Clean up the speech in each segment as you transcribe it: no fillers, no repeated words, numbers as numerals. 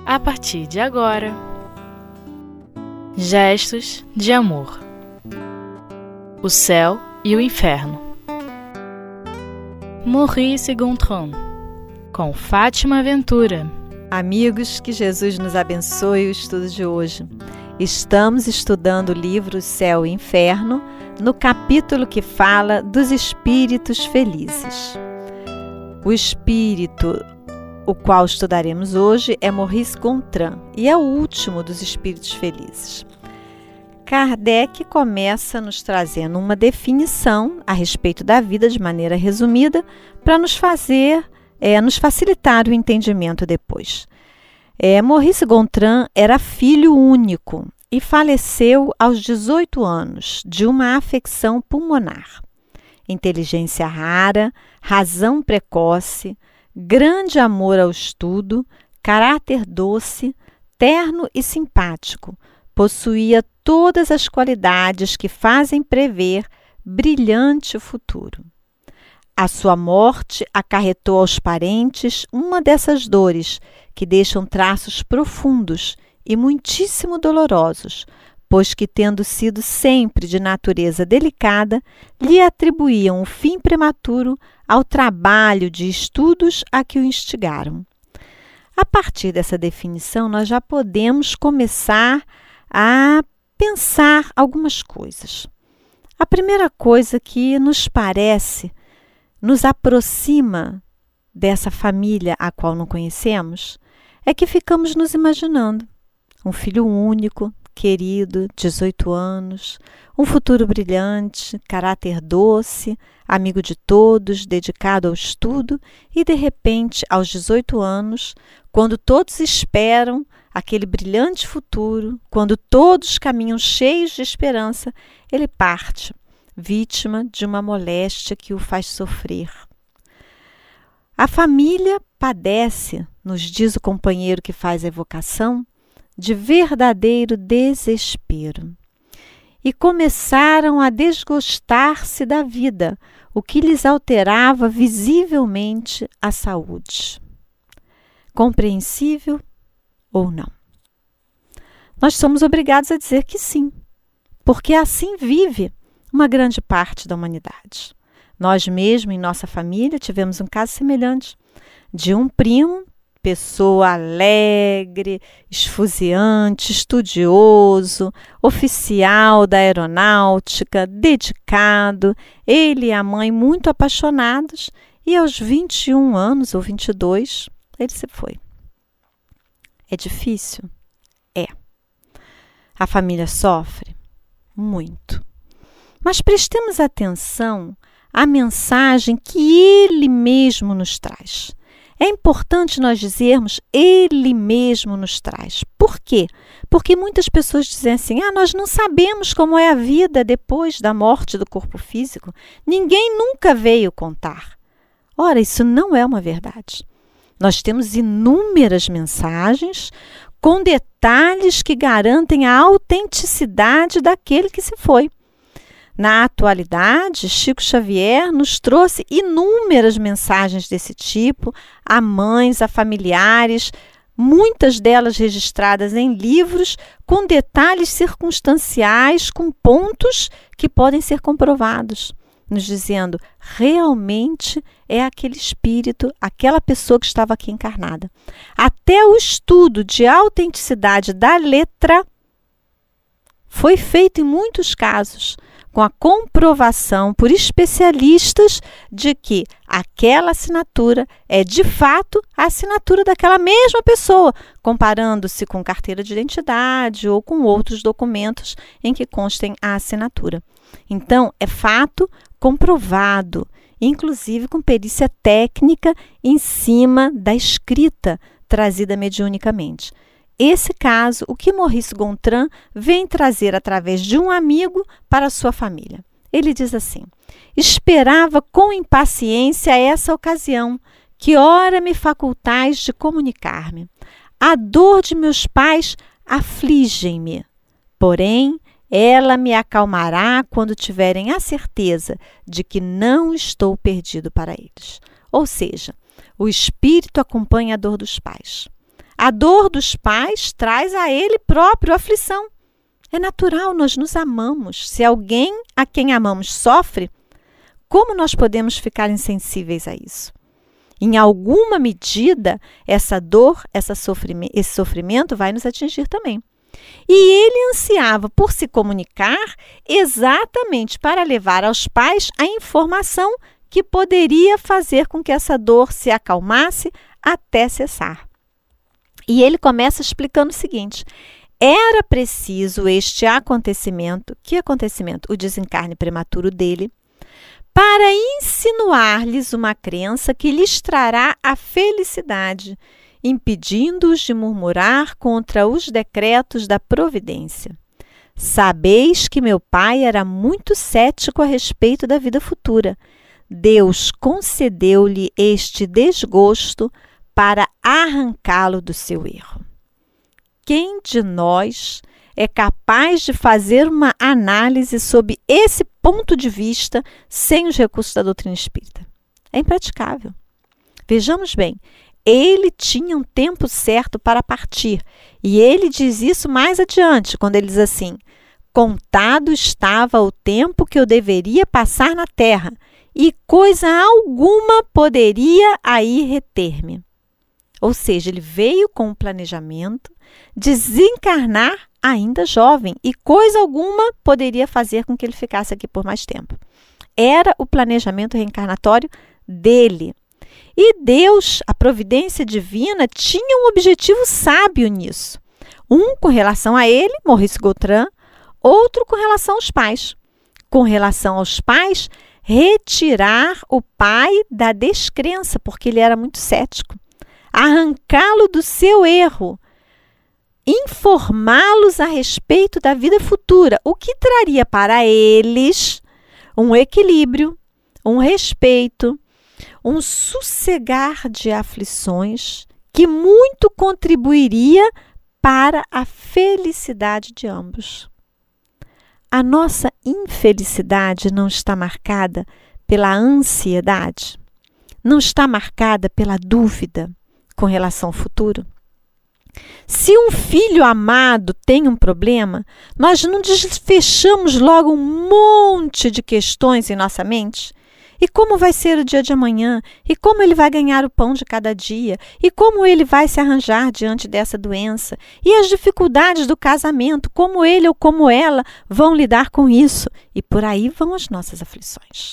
a partir de agora. Gestos de amor. O céu e o inferno. Maurice Gontran, com Fátima Ventura. Amigos, que Jesus nos abençoe o estudo de hoje. Estamos estudando o livro Céu e Inferno, no capítulo que fala dos espíritos felizes. O espírito, o qual estudaremos hoje, é Maurice Gontran e é o último dos espíritos felizes. Kardec começa nos trazendo uma definição a respeito da vida de maneira resumida para nos facilitar o entendimento depois. Maurice Gontran era filho único e faleceu aos 18 anos de uma afecção pulmonar. Inteligência rara, razão precoce, grande amor ao estudo, caráter doce, terno e simpático, possuía todas as qualidades que fazem prever brilhante futuro. A sua morte acarretou aos parentes uma dessas dores que deixam traços profundos e muitíssimo dolorosos, pois que, tendo sido sempre de natureza delicada, lhe atribuíam o fim prematuro ao trabalho de estudos a que o instigaram. A partir dessa definição, nós já podemos começar a pensar algumas coisas. A primeira coisa que nos aproxima dessa família a qual não conhecemos, é que ficamos nos imaginando. Um filho único, querido, 18 anos, um futuro brilhante, caráter doce, amigo de todos, dedicado ao estudo e, de repente, aos 18 anos, quando todos esperam aquele brilhante futuro, quando todos caminham cheios de esperança, ele parte, vítima de uma moléstia que o faz sofrer. A família padece, nos diz o companheiro que faz a evocação, de verdadeiro desespero. E começaram a desgostar-se da vida, o que lhes alterava visivelmente a saúde. Compreensível ou não? Nós somos obrigados a dizer que sim, porque assim vive uma grande parte da humanidade. Nós mesmos, em nossa família, tivemos um caso semelhante de um primo, pessoa alegre, esfuziante, estudioso, oficial da aeronáutica, dedicado, ele e a mãe muito apaixonados, e aos 21 anos ou 22, ele se foi. É difícil? É. A família sofre? Muito. Mas prestemos atenção à mensagem que ele mesmo nos traz. É importante nós dizermos, ele mesmo nos traz. Por quê? Porque muitas pessoas dizem assim, nós não sabemos como é a vida depois da morte do corpo físico. Ninguém nunca veio contar. Ora, isso não é uma verdade. Nós temos inúmeras mensagens com detalhes que garantem a autenticidade daquele que se foi. Na atualidade, Chico Xavier nos trouxe inúmeras mensagens desse tipo, a mães, a familiares, muitas delas registradas em livros, com detalhes circunstanciais, com pontos que podem ser comprovados, nos dizendo, realmente é aquele espírito, aquela pessoa que estava aqui encarnada. Até o estudo de autenticidade da letra foi feito em muitos casos, com a comprovação por especialistas de que aquela assinatura é de fato a assinatura daquela mesma pessoa, comparando-se com carteira de identidade ou com outros documentos em que constem a assinatura. Então, é fato comprovado, inclusive com perícia técnica em cima da escrita trazida mediunicamente. Esse caso, o que Maurice Gontran vem trazer através de um amigo para a sua família. Ele diz assim, esperava com impaciência essa ocasião, que ora me facultais de comunicar-me. A dor de meus pais afligem-me, porém, ela me acalmará quando tiverem a certeza de que não estou perdido para eles. Ou seja, o espírito acompanha a dor dos pais. A dor dos pais traz a ele próprio aflição. É natural, nós nos amamos. Se alguém a quem amamos sofre, como nós podemos ficar insensíveis a isso? Em alguma medida, essa dor, esse sofrimento vai nos atingir também. E ele ansiava por se comunicar exatamente para levar aos pais a informação que poderia fazer com que essa dor se acalmasse até cessar. E ele começa explicando o seguinte: era preciso este acontecimento, que acontecimento? O desencarne prematuro dele, para insinuar-lhes uma crença que lhes trará a felicidade, impedindo-os de murmurar contra os decretos da providência. Sabeis que meu pai era muito cético a respeito da vida futura. Deus concedeu-lhe este desgosto para arrancá-lo do seu erro. Quem de nós é capaz de fazer uma análise sob esse ponto de vista sem os recursos da doutrina espírita? É impraticável. Vejamos bem, ele tinha um tempo certo para partir, e ele diz isso mais adiante, quando ele diz assim: contado estava o tempo que eu deveria passar na terra, e coisa alguma poderia aí reter-me. Ou seja, ele veio com um planejamento desencarnar ainda jovem, e coisa alguma poderia fazer com que ele ficasse aqui por mais tempo. Era o planejamento reencarnatório dele. E Deus, a providência divina, tinha um objetivo sábio nisso. Um com relação a ele, Maurice Gautran, outro com relação aos pais. Com relação aos pais, retirar o pai da descrença, porque ele era muito cético. Arrancá-lo do seu erro, informá-los a respeito da vida futura, o que traria para eles um equilíbrio, um respeito, um sossegar de aflições que muito contribuiria para a felicidade de ambos. A nossa infelicidade não está marcada pela ansiedade, não está marcada pela dúvida com relação ao futuro. Se um filho amado tem um problema, nós não desfechamos logo um monte de questões em nossa mente. E como vai ser o dia de amanhã? E como ele vai ganhar o pão de cada dia? E como ele vai se arranjar diante dessa doença? E as dificuldades do casamento? Como ele ou como ela vão lidar com isso? E por aí vão as nossas aflições.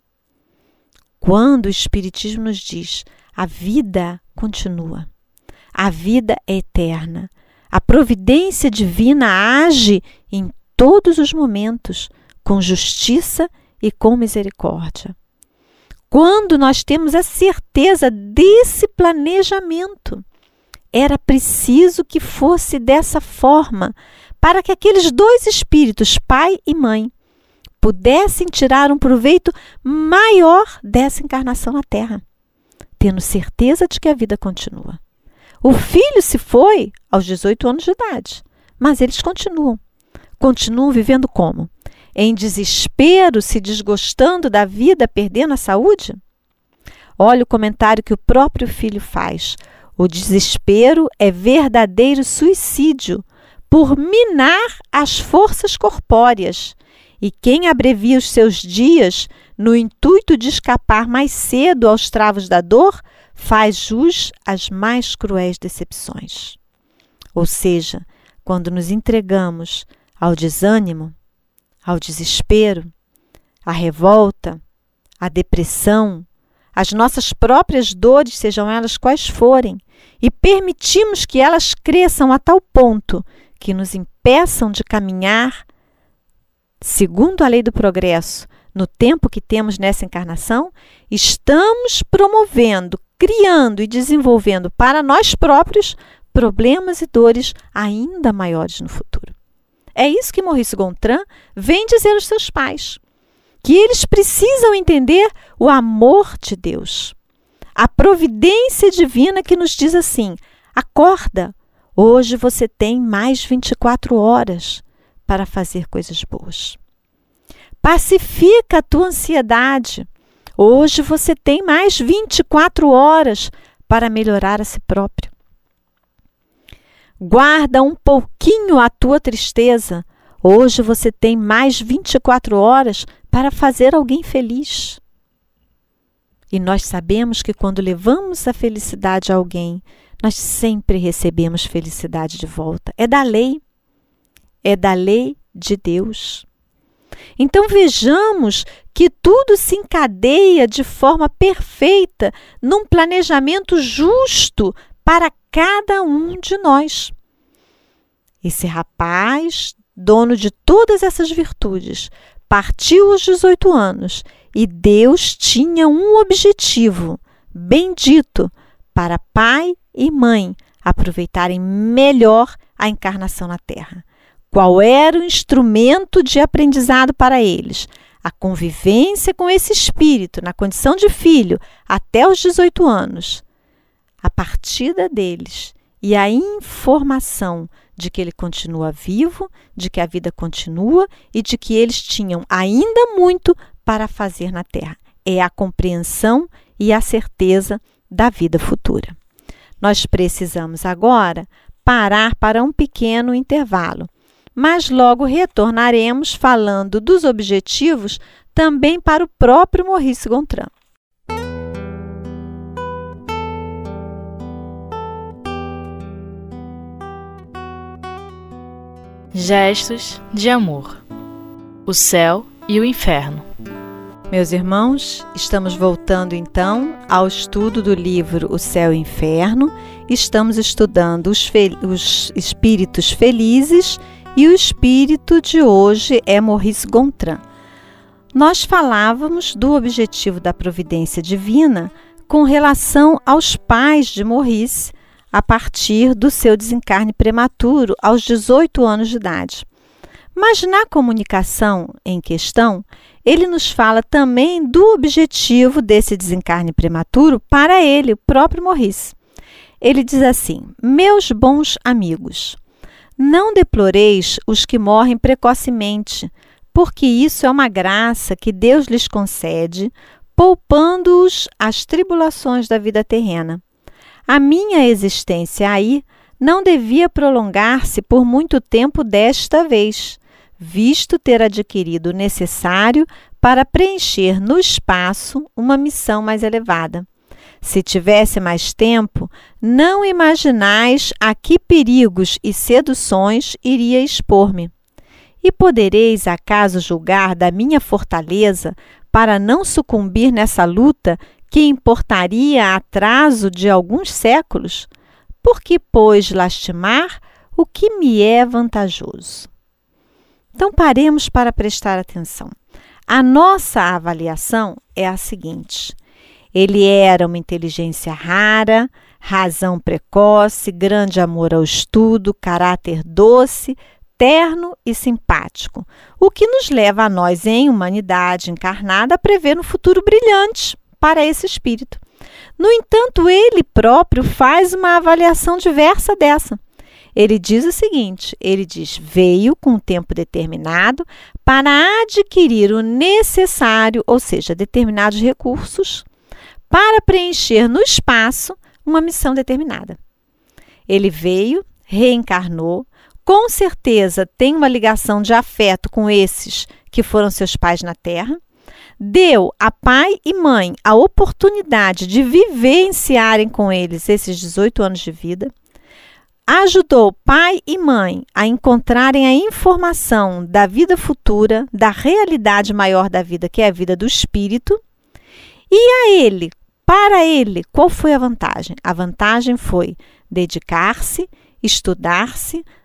Quando o Espiritismo nos diz: a vida continua. A vida é eterna. A providência divina age em todos os momentos, com justiça e com misericórdia. Quando nós temos a certeza desse planejamento, era preciso que fosse dessa forma, para que aqueles dois espíritos, pai e mãe, pudessem tirar um proveito maior dessa encarnação na Terra, tendo certeza de que a vida continua. O filho se foi aos 18 anos de idade, mas eles continuam. Continuam vivendo como? Em desespero, se desgostando da vida, perdendo a saúde? Olha o comentário que o próprio filho faz. O desespero é verdadeiro suicídio por minar as forças corpóreas. E quem abrevia os seus dias no intuito de escapar mais cedo aos travos da dor, faz jus às mais cruéis decepções. Ou seja, quando nos entregamos ao desânimo, ao desespero, à revolta, à depressão, às nossas próprias dores, sejam elas quais forem, e permitimos que elas cresçam a tal ponto que nos impeçam de caminhar segundo a lei do progresso, no tempo que temos nessa encarnação, estamos promovendo, criando e desenvolvendo para nós próprios problemas e dores ainda maiores no futuro. É isso que Maurice Gautran vem dizer aos seus pais, que eles precisam entender o amor de Deus, a providência divina que nos diz assim: acorda, hoje você tem mais 24 horas para fazer coisas boas. Pacifica a tua ansiedade. Hoje você tem mais 24 horas para melhorar a si próprio. Guarda um pouquinho a tua tristeza. Hoje você tem mais 24 horas para fazer alguém feliz. E nós sabemos que quando levamos a felicidade a alguém, nós sempre recebemos felicidade de volta. É da lei de Deus. Então vejamos que tudo se encadeia de forma perfeita num planejamento justo para cada um de nós. Esse rapaz, dono de todas essas virtudes, partiu aos 18 anos e Deus tinha um objetivo, bendito, para pai e mãe aproveitarem melhor a encarnação na Terra. Qual era o instrumento de aprendizado para eles? A convivência com esse espírito na condição de filho até os 18 anos. A partida deles e a informação de que ele continua vivo, de que a vida continua e de que eles tinham ainda muito para fazer na Terra. É a compreensão e a certeza da vida futura. Nós precisamos agora parar para um pequeno intervalo, mas logo retornaremos falando dos objetivos também para o próprio Maurice Gontran. Gestos de amor. O céu e o inferno. Meus irmãos, estamos voltando então ao estudo do livro O Céu e o Inferno. Estamos estudando os espíritos felizes e o espírito de hoje é Maurice Gontran. Nós falávamos do objetivo da providência divina com relação aos pais de Maurice a partir do seu desencarne prematuro aos 18 anos de idade. Mas na comunicação em questão, ele nos fala também do objetivo desse desencarne prematuro para ele, o próprio Maurice. Ele diz assim: meus bons amigos, não deploreis os que morrem precocemente, porque isso é uma graça que Deus lhes concede, poupando-os as tribulações da vida terrena. A minha existência aí não devia prolongar-se por muito tempo desta vez, visto ter adquirido o necessário para preencher no espaço uma missão mais elevada. Se tivesse mais tempo, não imaginais a que perigos e seduções iria expor-me. E podereis acaso julgar da minha fortaleza para não sucumbir nessa luta que importaria atraso de alguns séculos? Por que, pois, lastimar o que me é vantajoso? Então, paremos para prestar atenção. A nossa avaliação é a seguinte: ele era uma inteligência rara, razão precoce, grande amor ao estudo, caráter doce, terno e simpático, o que nos leva a nós, em humanidade encarnada, a prever um futuro brilhante para esse espírito. No entanto, ele próprio faz uma avaliação diversa dessa. Ele diz o seguinte, ele diz: veio com um tempo determinado para adquirir o necessário, ou seja, determinados recursos, para preencher no espaço uma missão determinada. Ele veio, reencarnou, com certeza tem uma ligação de afeto com esses que foram seus pais na Terra, deu a pai e mãe a oportunidade de vivenciarem com eles esses 18 anos de vida, ajudou pai e mãe a encontrarem a informação da vida futura, da realidade maior da vida, que é a vida do espírito, e para ele, qual foi a vantagem? A vantagem foi dedicar-se, estudar,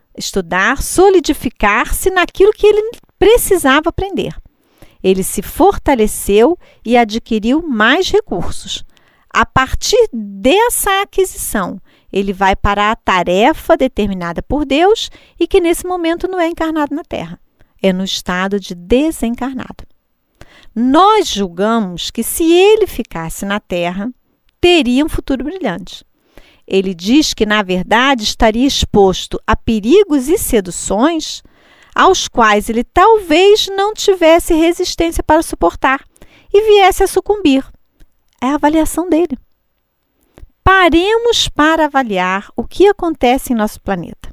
solidificar-se naquilo que ele precisava aprender. Ele se fortaleceu e adquiriu mais recursos. A partir dessa aquisição, ele vai para a tarefa determinada por Deus e que nesse momento não é encarnado na Terra. É no estado de desencarnado. Nós julgamos que se ele ficasse na Terra, teria um futuro brilhante. Ele diz que, na verdade, estaria exposto a perigos e seduções aos quais ele talvez não tivesse resistência para suportar e viesse a sucumbir. É a avaliação dele. Paremos para avaliar o que acontece em nosso planeta.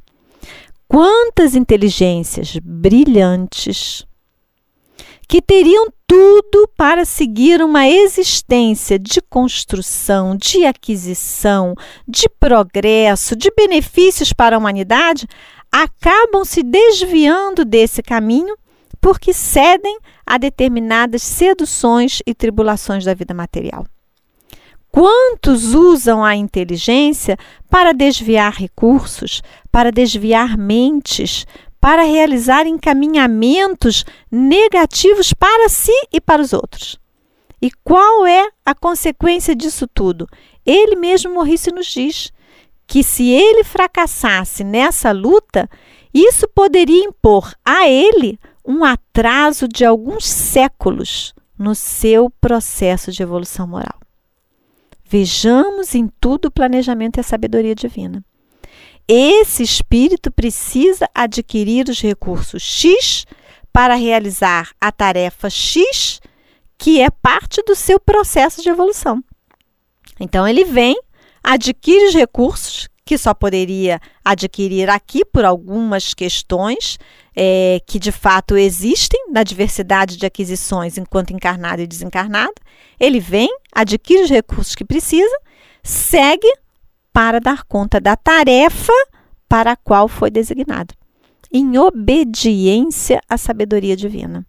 quantas inteligências brilhantes que teriam tudo para seguir uma existência de construção, de aquisição, de progresso, de benefícios para a humanidade, acabam se desviando desse caminho porque cedem a determinadas seduções e tribulações da vida material. Quantos usam a inteligência para desviar recursos, para desviar mentes, para realizar encaminhamentos negativos para si e para os outros? E qual é a consequência disso tudo? Ele mesmo, Maurice, nos diz que se ele fracassasse nessa luta, isso poderia impor a ele um atraso de alguns séculos no seu processo de evolução moral. Vejamos em tudo o planejamento e a sabedoria divina. Esse espírito precisa adquirir os recursos X para realizar a tarefa X, que é parte do seu processo de evolução. Então, ele vem, adquire os recursos, que só poderia adquirir aqui por algumas questões que de fato existem na diversidade de aquisições enquanto encarnado e desencarnado. Ele vem, adquire os recursos que precisa, segue para dar conta da tarefa para a qual foi designado, em obediência à sabedoria divina.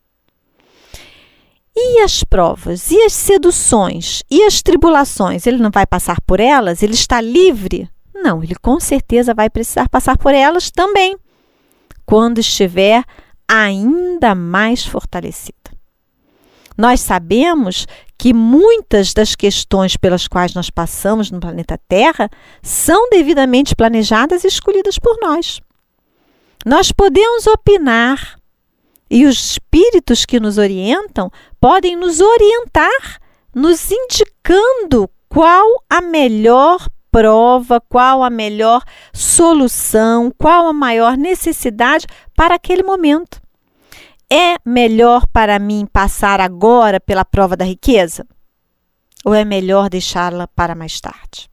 E as provas, e as seduções, e as tribulações, ele não vai passar por elas? Ele está livre? Não, ele com certeza vai precisar passar por elas também, quando estiver ainda mais fortalecido. Nós sabemos que muitas das questões pelas quais nós passamos no planeta Terra são devidamente planejadas e escolhidas por nós. Nós podemos opinar e os espíritos que nos orientam podem nos orientar, nos indicando qual a melhor prova, qual a melhor solução, qual a maior necessidade para aquele momento. É melhor para mim passar agora pela prova da riqueza? Ou é melhor deixá-la para mais tarde?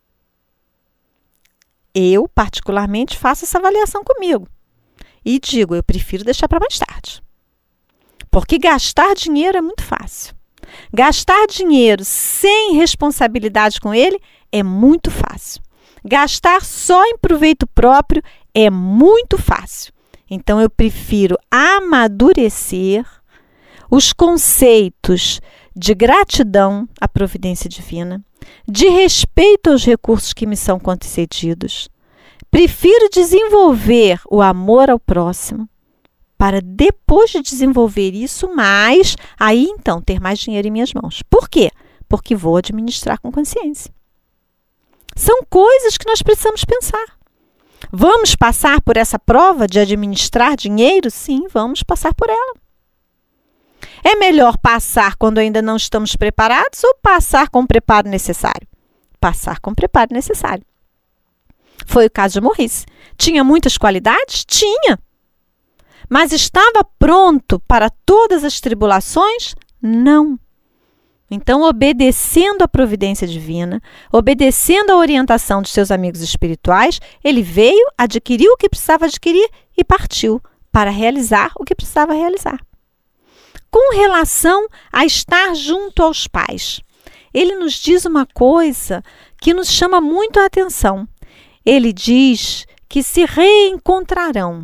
Eu, particularmente, faço essa avaliação comigo. E digo, eu prefiro deixar para mais tarde. Porque gastar dinheiro é muito fácil. Gastar dinheiro sem responsabilidade com ele é muito fácil. Gastar só em proveito próprio é muito fácil. Então, eu prefiro amadurecer os conceitos de gratidão à providência divina, de respeito aos recursos que me são concedidos. Prefiro desenvolver o amor ao próximo, para depois de desenvolver isso mais, aí então ter mais dinheiro em minhas mãos. Por quê? Porque vou administrar com consciência. São coisas que nós precisamos pensar. Vamos passar por essa prova de administrar dinheiro? Sim, vamos passar por ela. É melhor passar quando ainda não estamos preparados ou passar com o preparo necessário? Passar com o preparo necessário. Foi o caso de Maurice. Tinha muitas qualidades? Tinha. Mas estava pronto para todas as tribulações? Não. Então, obedecendo à providência divina, obedecendo à orientação dos seus amigos espirituais, ele veio, adquiriu o que precisava adquirir e partiu para realizar o que precisava realizar. Com relação a estar junto aos pais, ele nos diz uma coisa que nos chama muito a atenção. Ele diz que se reencontrarão,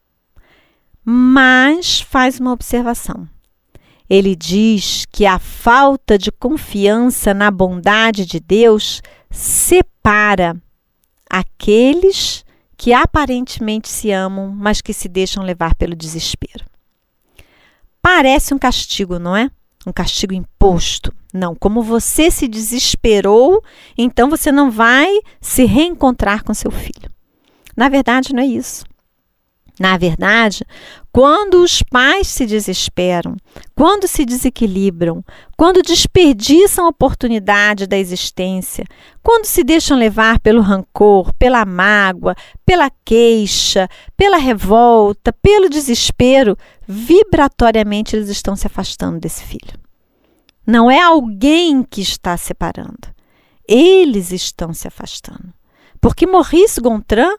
mas faz uma observação. Ele diz que a falta de confiança na bondade de Deus separa aqueles que aparentemente se amam, mas que se deixam levar pelo desespero. Parece um castigo, não é? Um castigo imposto. Não, como você se desesperou, então você não vai se reencontrar com seu filho. Na verdade, não é isso. Na verdade, quando os pais se desesperam, quando se desequilibram, quando desperdiçam a oportunidade da existência, quando se deixam levar pelo rancor, pela mágoa, pela queixa, pela revolta, pelo desespero, vibratoriamente eles estão se afastando desse filho. Não é alguém que está separando. Eles estão se afastando. Porque Maurice Gontran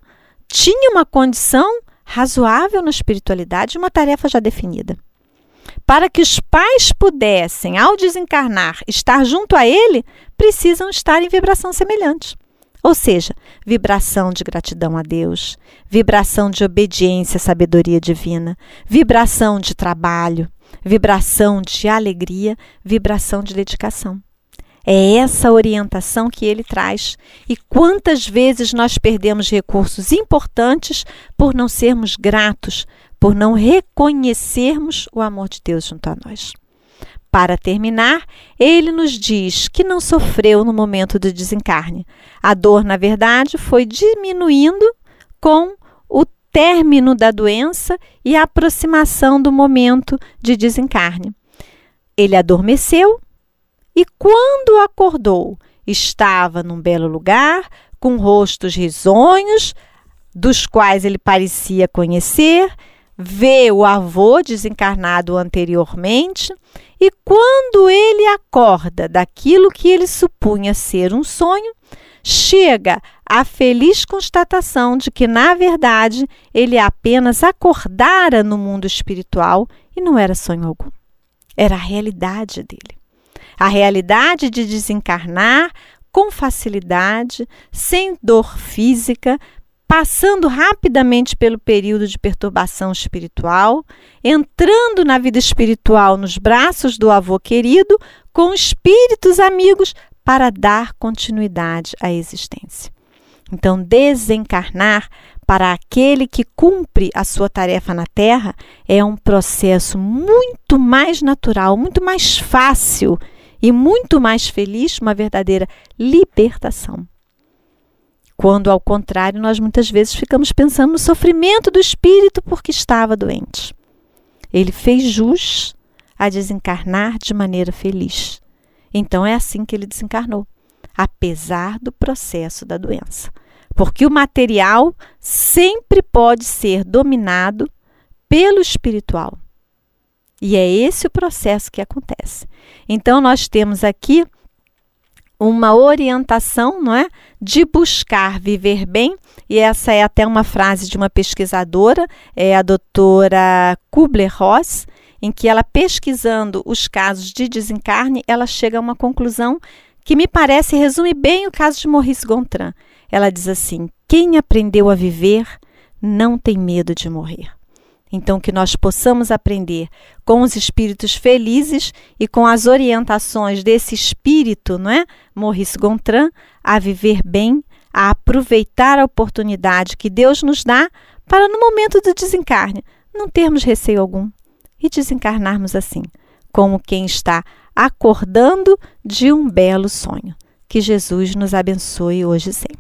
tinha uma condição razoável na espiritualidade, uma tarefa já definida. Para que os pais pudessem, ao desencarnar, estar junto a ele, precisam estar em vibração semelhante. Ou seja, vibração de gratidão a Deus, vibração de obediência à sabedoria divina, vibração de trabalho, vibração de alegria, vibração de dedicação. É essa orientação que ele traz. E quantas vezes nós perdemos recursos importantes por não sermos gratos, por não reconhecermos o amor de Deus junto a nós. Para terminar, ele nos diz que não sofreu no momento do desencarne. A dor, na verdade, foi diminuindo com o término da doença e a aproximação do momento de desencarne. Ele adormeceu e, quando acordou, estava num belo lugar, com rostos risonhos, dos quais ele parecia conhecer, vê o avô desencarnado anteriormente, e quando ele acorda daquilo que ele supunha ser um sonho, chega à feliz constatação de que, na verdade, ele apenas acordara no mundo espiritual e não era sonho algum. Era a realidade dele. A realidade de desencarnar com facilidade, sem dor física, passando rapidamente pelo período de perturbação espiritual, entrando na vida espiritual nos braços do avô querido, com espíritos amigos, para dar continuidade à existência. Então, desencarnar para aquele que cumpre a sua tarefa na Terra é um processo muito mais natural, muito mais fácil e muito mais feliz, uma verdadeira libertação. Quando, ao contrário, nós muitas vezes ficamos pensando no sofrimento do espírito porque estava doente. Ele fez jus a desencarnar de maneira feliz. Então é assim que ele desencarnou, apesar do processo da doença. Porque o material sempre pode ser dominado pelo espiritual. E é esse o processo que acontece. Então nós temos aqui uma orientação, não é, de buscar viver bem, e essa é até uma frase de uma pesquisadora, a doutora Kubler-Ross, em que ela, pesquisando os casos de desencarne, ela chega a uma conclusão que me parece resume bem o caso de Maurice Gontran. Ela diz assim: quem aprendeu a viver não tem medo de morrer. Então, que nós possamos aprender com os espíritos felizes e com as orientações desse espírito, não é? Maurice Gontran, a viver bem, a aproveitar a oportunidade que Deus nos dá para, no momento do desencarne, não termos receio algum e desencarnarmos assim, como quem está acordando de um belo sonho. Que Jesus nos abençoe hoje e sempre.